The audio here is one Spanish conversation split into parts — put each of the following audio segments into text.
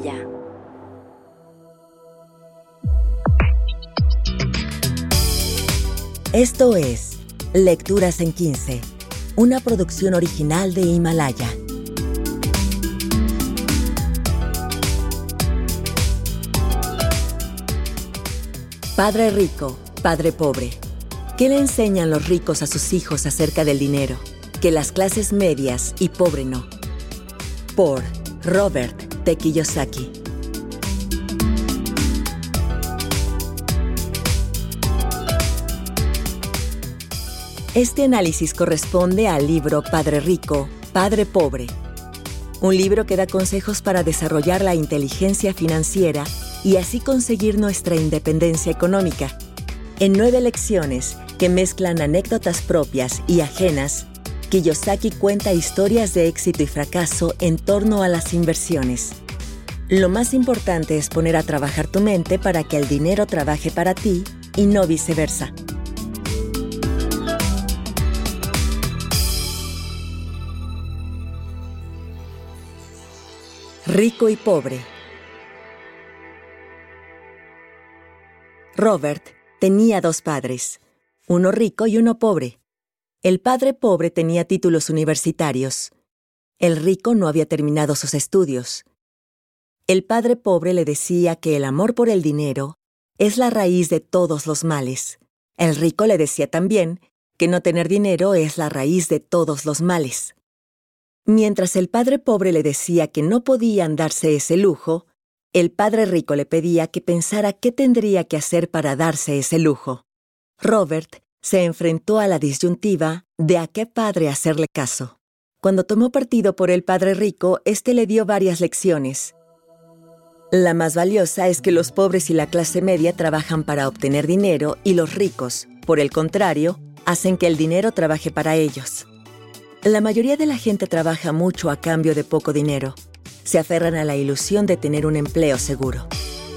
Himalaya. Esto es Lecturas en 15, una producción original de Himalaya. Padre rico, padre pobre. ¿Qué le enseñan los ricos a sus hijos acerca del dinero, que las clases medias y pobre no? Por Robert T. Kiyosaki. Este análisis corresponde al libro Padre Rico, Padre Pobre, un libro que da consejos para desarrollar la inteligencia financiera y así conseguir nuestra independencia económica. En 9 lecciones que mezclan anécdotas propias y ajenas, Kiyosaki cuenta historias de éxito y fracaso en torno a las inversiones. Lo más importante es poner a trabajar tu mente para que el dinero trabaje para ti y no viceversa. Rico y pobre. Robert tenía 2 padres, uno rico y uno pobre. El padre pobre tenía títulos universitarios. El rico no había terminado sus estudios. El padre pobre le decía que el amor por el dinero es la raíz de todos los males. El rico le decía también que no tener dinero es la raíz de todos los males. Mientras el padre pobre le decía que no podían darse ese lujo, el padre rico le pedía que pensara qué tendría que hacer para darse ese lujo. Robert se enfrentó a la disyuntiva de a qué padre hacerle caso. Cuando tomó partido por el padre rico, éste le dio varias lecciones. La más valiosa es que los pobres y la clase media trabajan para obtener dinero y los ricos, por el contrario, hacen que el dinero trabaje para ellos. La mayoría de la gente trabaja mucho a cambio de poco dinero. Se aferran a la ilusión de tener un empleo seguro.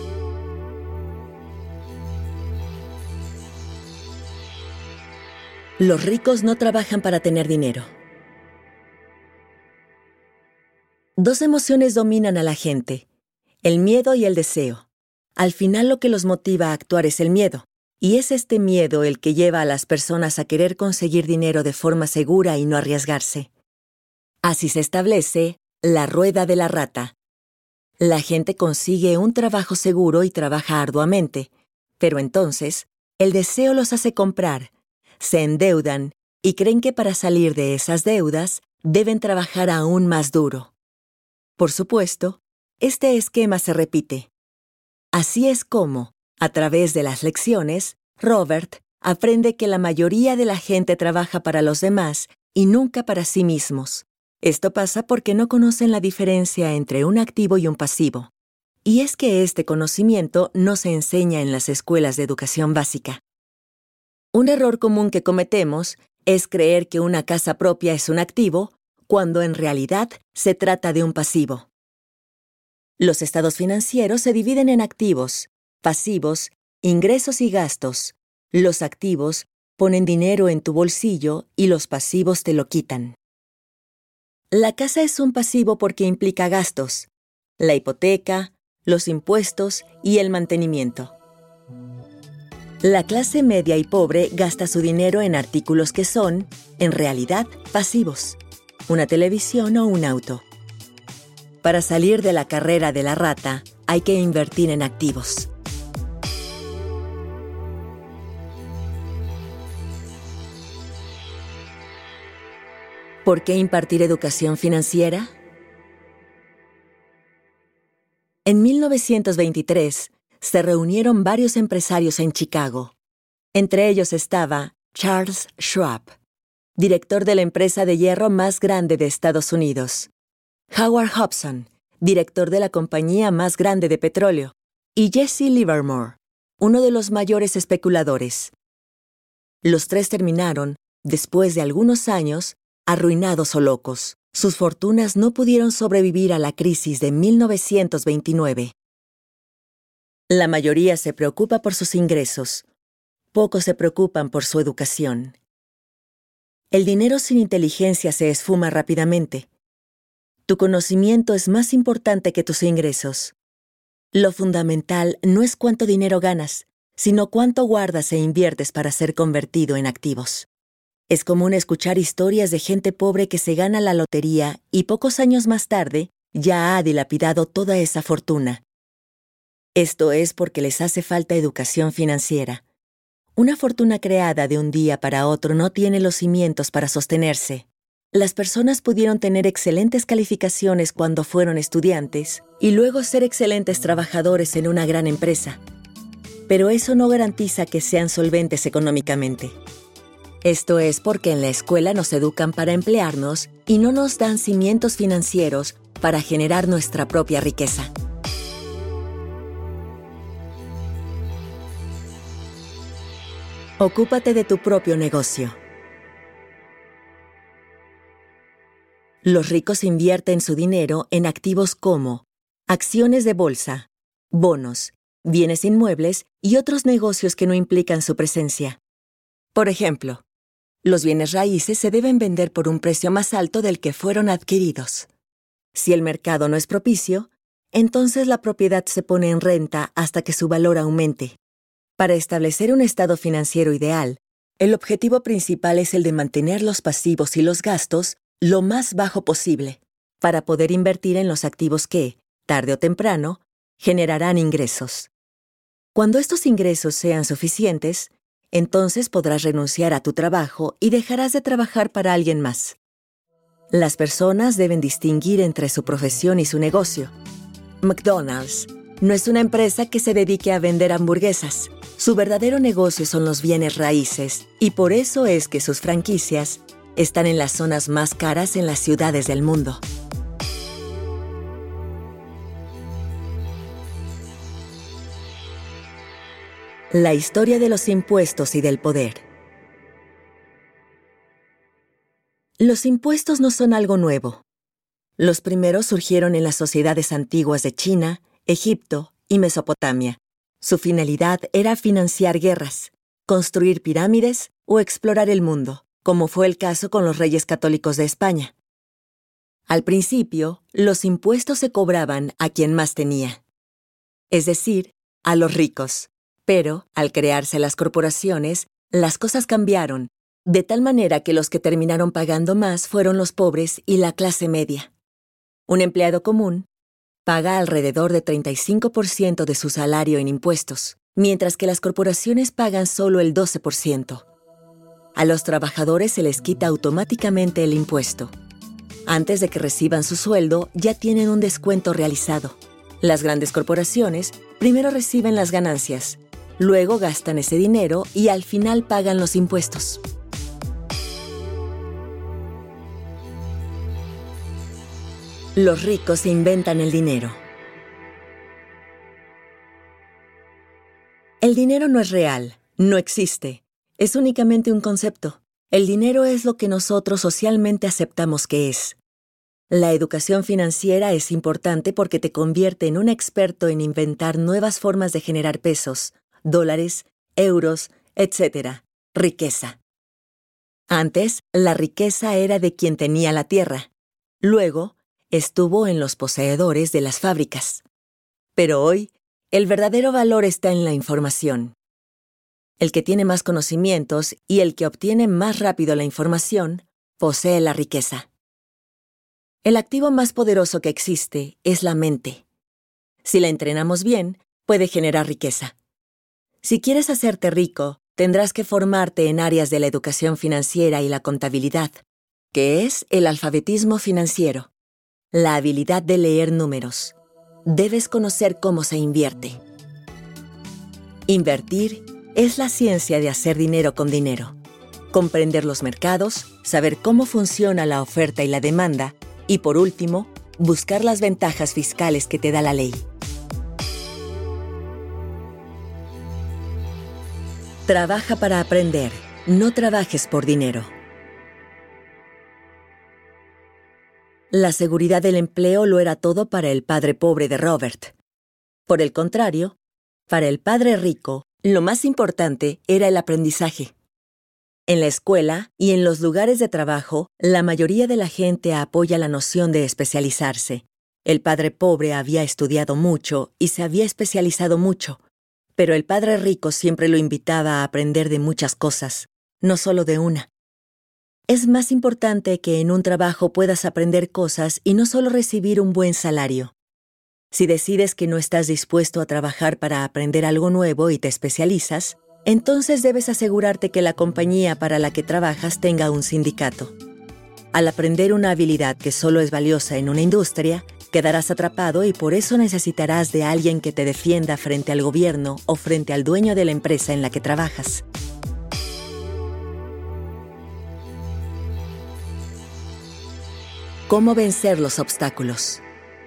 Los ricos no trabajan para tener dinero. 2 emociones dominan a la gente: el miedo y el deseo. Al final lo que los motiva a actuar es el miedo, y es este miedo el que lleva a las personas a querer conseguir dinero de forma segura y no arriesgarse. Así se establece la rueda de la rata. La gente consigue un trabajo seguro y trabaja arduamente, pero entonces el deseo los hace comprar, se endeudan y creen que para salir de esas deudas deben trabajar aún más duro. Por supuesto, este esquema se repite. Así es como, a través de las lecciones, Robert aprende que la mayoría de la gente trabaja para los demás y nunca para sí mismos. Esto pasa porque no conocen la diferencia entre un activo y un pasivo. Y es que este conocimiento no se enseña en las escuelas de educación básica. Un error común que cometemos es creer que una casa propia es un activo, cuando en realidad se trata de un pasivo. Los estados financieros se dividen en activos, pasivos, ingresos y gastos. Los activos ponen dinero en tu bolsillo y los pasivos te lo quitan. La casa es un pasivo porque implica gastos, la hipoteca, los impuestos y el mantenimiento. La clase media y pobre gasta su dinero en artículos que son, en realidad, pasivos: una televisión o un auto. Para salir de la carrera de la rata, hay que invertir en activos. ¿Por qué impartir educación financiera? En 1923, se reunieron varios empresarios en Chicago. Entre ellos estaba Charles Schwab, director de la empresa de hierro más grande de Estados Unidos; Howard Hobson, director de la compañía más grande de petróleo; y Jesse Livermore, uno de los mayores especuladores. Los 3 terminaron, después de algunos años, arruinados o locos. Sus fortunas no pudieron sobrevivir a la crisis de 1929. La mayoría se preocupa por sus ingresos. Pocos se preocupan por su educación. El dinero sin inteligencia se esfuma rápidamente. Tu conocimiento es más importante que tus ingresos. Lo fundamental no es cuánto dinero ganas, sino cuánto guardas e inviertes para ser convertido en activos. Es común escuchar historias de gente pobre que se gana la lotería y pocos años más tarde ya ha dilapidado toda esa fortuna. Esto es porque les hace falta educación financiera. Una fortuna creada de un día para otro no tiene los cimientos para sostenerse. Las personas pudieron tener excelentes calificaciones cuando fueron estudiantes y luego ser excelentes trabajadores en una gran empresa. Pero eso no garantiza que sean solventes económicamente. Esto es porque en la escuela nos educan para emplearnos y no nos dan cimientos financieros para generar nuestra propia riqueza. Ocúpate de tu propio negocio. Los ricos invierten su dinero en activos como acciones de bolsa, bonos, bienes inmuebles y otros negocios que no implican su presencia. Por ejemplo, los bienes raíces se deben vender por un precio más alto del que fueron adquiridos. Si el mercado no es propicio, entonces la propiedad se pone en renta hasta que su valor aumente. Para establecer un estado financiero ideal, el objetivo principal es el de mantener los pasivos y los gastos lo más bajo posible, para poder invertir en los activos que, tarde o temprano, generarán ingresos. Cuando estos ingresos sean suficientes, entonces podrás renunciar a tu trabajo y dejarás de trabajar para alguien más. Las personas deben distinguir entre su profesión y su negocio. McDonald's no es una empresa que se dedique a vender hamburguesas. Su verdadero negocio son los bienes raíces, y por eso es que sus franquicias están en las zonas más caras en las ciudades del mundo. La historia de los impuestos y del poder. Los impuestos no son algo nuevo. Los primeros surgieron en las sociedades antiguas de China, Egipto y Mesopotamia. Su finalidad era financiar guerras, construir pirámides o explorar el mundo, como fue el caso con los reyes católicos de España. Al principio, los impuestos se cobraban a quien más tenía, es decir, a los ricos. Pero, al crearse las corporaciones, las cosas cambiaron, de tal manera que los que terminaron pagando más fueron los pobres y la clase media. Un empleado común paga alrededor de 35% de su salario en impuestos, mientras que las corporaciones pagan solo el 12%. A los trabajadores se les quita automáticamente el impuesto. Antes de que reciban su sueldo, ya tienen un descuento realizado. Las grandes corporaciones primero reciben las ganancias, luego gastan ese dinero y al final pagan los impuestos. Los ricos inventan el dinero. El dinero no es real, no existe. Es únicamente un concepto. El dinero es lo que nosotros socialmente aceptamos que es. La educación financiera es importante porque te convierte en un experto en inventar nuevas formas de generar pesos, dólares, euros, etc. Riqueza. Antes, la riqueza era de quien tenía la tierra. Luego, estuvo en los poseedores de las fábricas. Pero hoy, el verdadero valor está en la información. El que tiene más conocimientos y el que obtiene más rápido la información, posee la riqueza. El activo más poderoso que existe es la mente. Si la entrenamos bien, puede generar riqueza. Si quieres hacerte rico, tendrás que formarte en áreas de la educación financiera y la contabilidad, que es el alfabetismo financiero, la habilidad de leer números. Debes conocer cómo se invierte. Invertir es la ciencia de hacer dinero con dinero. Comprender los mercados, saber cómo funciona la oferta y la demanda, y por último, buscar las ventajas fiscales que te da la ley. Trabaja para aprender, no trabajes por dinero. La seguridad del empleo lo era todo para el padre pobre de Robert. Por el contrario, para el padre rico, lo más importante era el aprendizaje. En la escuela y en los lugares de trabajo, la mayoría de la gente apoya la noción de especializarse. El padre pobre había estudiado mucho y se había especializado mucho, pero el padre rico siempre lo invitaba a aprender de muchas cosas, no solo de una. Es más importante que en un trabajo puedas aprender cosas y no solo recibir un buen salario. Si decides que no estás dispuesto a trabajar para aprender algo nuevo y te especializas, entonces debes asegurarte que la compañía para la que trabajas tenga un sindicato. Al aprender una habilidad que solo es valiosa en una industria, quedarás atrapado y por eso necesitarás de alguien que te defienda frente al gobierno o frente al dueño de la empresa en la que trabajas. ¿Cómo vencer los obstáculos?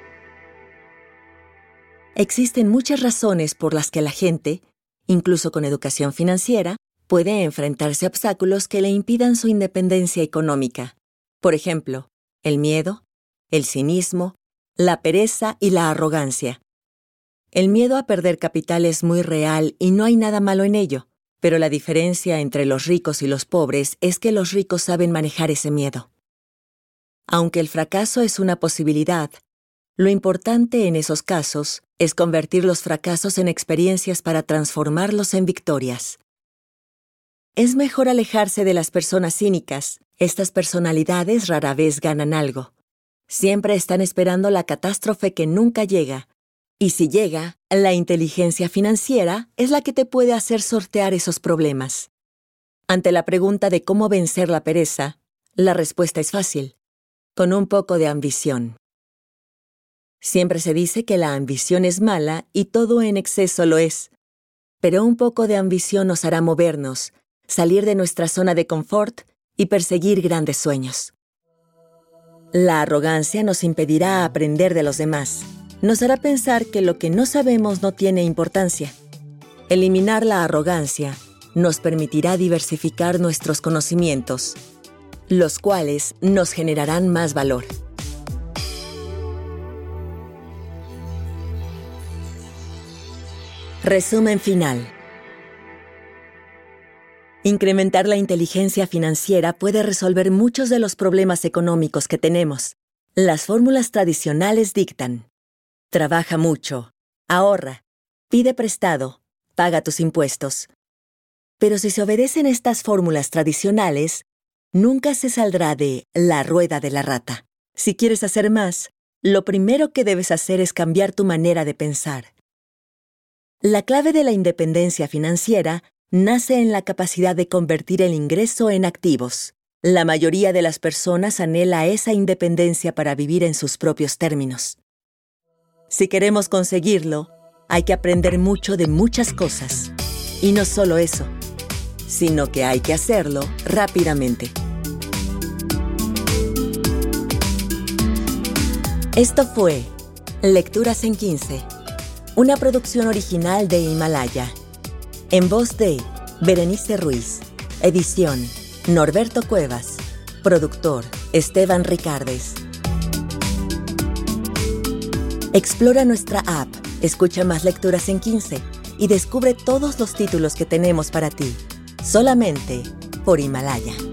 Existen muchas razones por las que la gente, incluso con educación financiera, puede enfrentarse a obstáculos que le impidan su independencia económica. Por ejemplo, el miedo, el cinismo, la pereza y la arrogancia. El miedo a perder capital es muy real y no hay nada malo en ello, pero la diferencia entre los ricos y los pobres es que los ricos saben manejar ese miedo. Aunque el fracaso es una posibilidad, lo importante en esos casos es convertir los fracasos en experiencias para transformarlos en victorias. Es mejor alejarse de las personas cínicas. Estas personalidades rara vez ganan algo. Siempre están esperando la catástrofe que nunca llega. Y si llega, la inteligencia financiera es la que te puede hacer sortear esos problemas. Ante la pregunta de cómo vencer la pereza, la respuesta es fácil: con un poco de ambición. Siempre se dice que la ambición es mala y todo en exceso lo es. Pero un poco de ambición nos hará movernos, salir de nuestra zona de confort y perseguir grandes sueños. La arrogancia nos impedirá aprender de los demás. Nos hará pensar que lo que no sabemos no tiene importancia. Eliminar la arrogancia nos permitirá diversificar nuestros conocimientos, los cuales nos generarán más valor. Resumen final. Incrementar la inteligencia financiera puede resolver muchos de los problemas económicos que tenemos. Las fórmulas tradicionales dictan: trabaja mucho, ahorra, pide prestado, paga tus impuestos. Pero si se obedecen estas fórmulas tradicionales, nunca se saldrá de la rueda de la rata. Si quieres hacer más, lo primero que debes hacer es cambiar tu manera de pensar. La clave de la independencia financiera nace en la capacidad de convertir el ingreso en activos. La mayoría de las personas anhela esa independencia para vivir en sus propios términos. Si queremos conseguirlo, hay que aprender mucho de muchas cosas. Y no solo eso, sino que hay que hacerlo rápidamente. Esto fue Lecturas en 15, una producción original de Himalaya. En voz de Berenice Ruiz. Edición Norberto Cuevas. Productor Esteban Ricardes. Explora nuestra app, escucha más Lecturas en 15 y descubre todos los títulos que tenemos para ti, solamente por Himalaya.